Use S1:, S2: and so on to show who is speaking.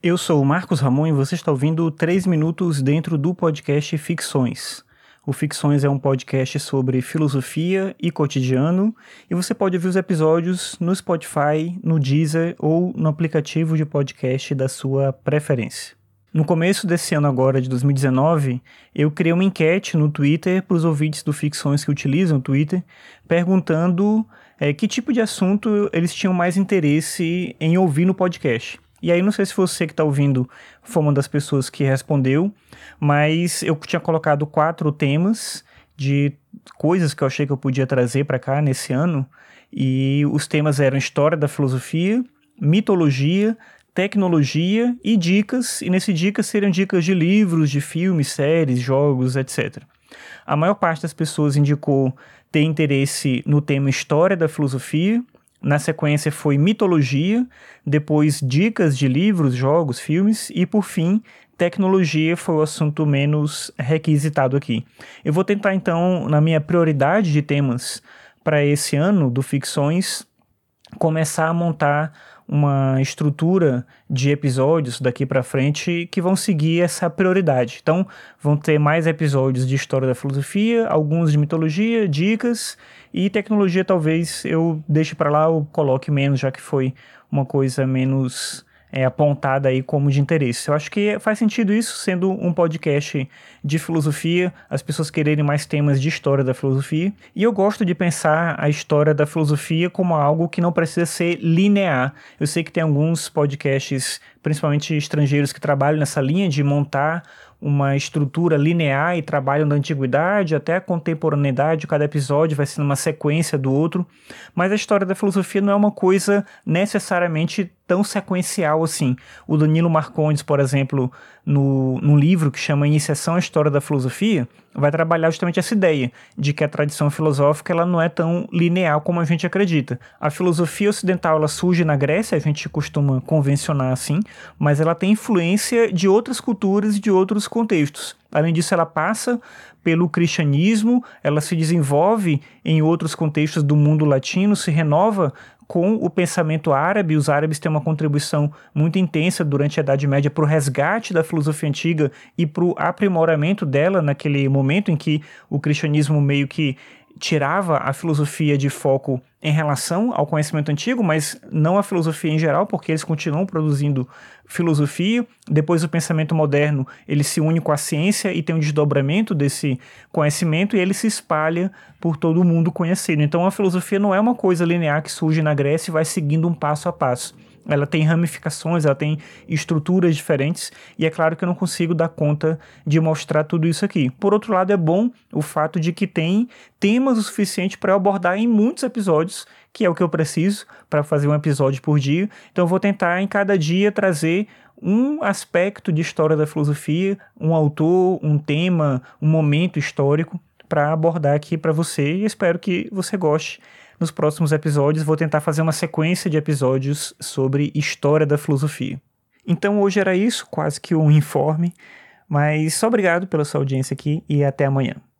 S1: Eu sou o Marcos Ramon e você está ouvindo 3 minutos dentro do podcast Ficções. O Ficções é um podcast sobre filosofia e cotidiano e você pode ouvir os episódios no Spotify, no Deezer ou no aplicativo de podcast da sua preferência. No começo desse ano agora, de 2019, eu criei uma enquete no Twitter para os ouvintes do Ficções que utilizam o Twitter, perguntando que tipo de assunto eles tinham mais interesse em ouvir no podcast. E aí, não sei se você que está ouvindo foi uma das pessoas que respondeu, mas eu tinha colocado 4 temas de coisas que eu achei que eu podia trazer para cá nesse ano, e os temas eram história da filosofia, mitologia, tecnologia e dicas, e nesse dicas seriam dicas de livros, de filmes, séries, jogos, etc. A maior parte das pessoas indicou ter interesse no tema história da filosofia. Na sequência foi mitologia, depois dicas de livros, jogos, filmes e, por fim, tecnologia foi o assunto menos requisitado aqui. Eu vou tentar, então, na minha prioridade de temas para esse ano do Ficções, começar a montar uma estrutura de episódios daqui para frente que vão seguir essa prioridade. Então, vão ter mais episódios de história da filosofia, alguns de mitologia, dicas, e tecnologia talvez eu deixe para lá ou coloque menos, já que foi uma coisa menos apontada aí como de interesse. Eu acho que faz sentido isso, sendo um podcast de filosofia, as pessoas quererem mais temas de história da filosofia. E eu gosto de pensar a história da filosofia como algo que não precisa ser linear. Eu sei que tem alguns podcasts, principalmente estrangeiros, que trabalham nessa linha de montar uma estrutura linear e trabalham da antiguidade até a contemporaneidade, cada episódio vai sendo uma sequência do outro, mas a história da filosofia não é uma coisa necessariamente tão sequencial assim. O Danilo Marcondes, por exemplo, num livro que chama Iniciação à História da Filosofia, vai trabalhar justamente essa ideia de que a tradição filosófica ela não é tão linear como a gente acredita. A filosofia ocidental ela surge na Grécia, a gente costuma convencionar assim, mas ela tem influência de outras culturas e de outros contextos. Além disso, ela passa pelo cristianismo, ela se desenvolve em outros contextos do mundo latino, se renova com o pensamento árabe. Os árabes têm uma contribuição muito intensa durante a Idade Média para o resgate da filosofia antiga e para o aprimoramento dela naquele momento em que o cristianismo meio que tirava a filosofia de foco em relação ao conhecimento antigo, mas não a filosofia em geral, porque eles continuam produzindo filosofia. Depois o pensamento moderno, ele se une com a ciência e tem um desdobramento desse conhecimento e ele se espalha por todo o mundo conhecido. Então a filosofia não é uma coisa linear que surge na Grécia e vai seguindo um passo a passo. Ela tem ramificações, ela tem estruturas diferentes e é claro que eu não consigo dar conta de mostrar tudo isso aqui. Por outro lado, é bom o fato de que tem temas o suficiente para eu abordar em muitos episódios, que é o que eu preciso para fazer um episódio por dia. Então eu vou tentar em cada dia trazer um aspecto de história da filosofia, um autor, um tema, um momento histórico para abordar aqui para você e espero que você goste. Nos próximos episódios vou tentar fazer uma sequência de episódios sobre história da filosofia. Então hoje era isso, quase que um informe, mas só obrigado pela sua audiência aqui e até amanhã.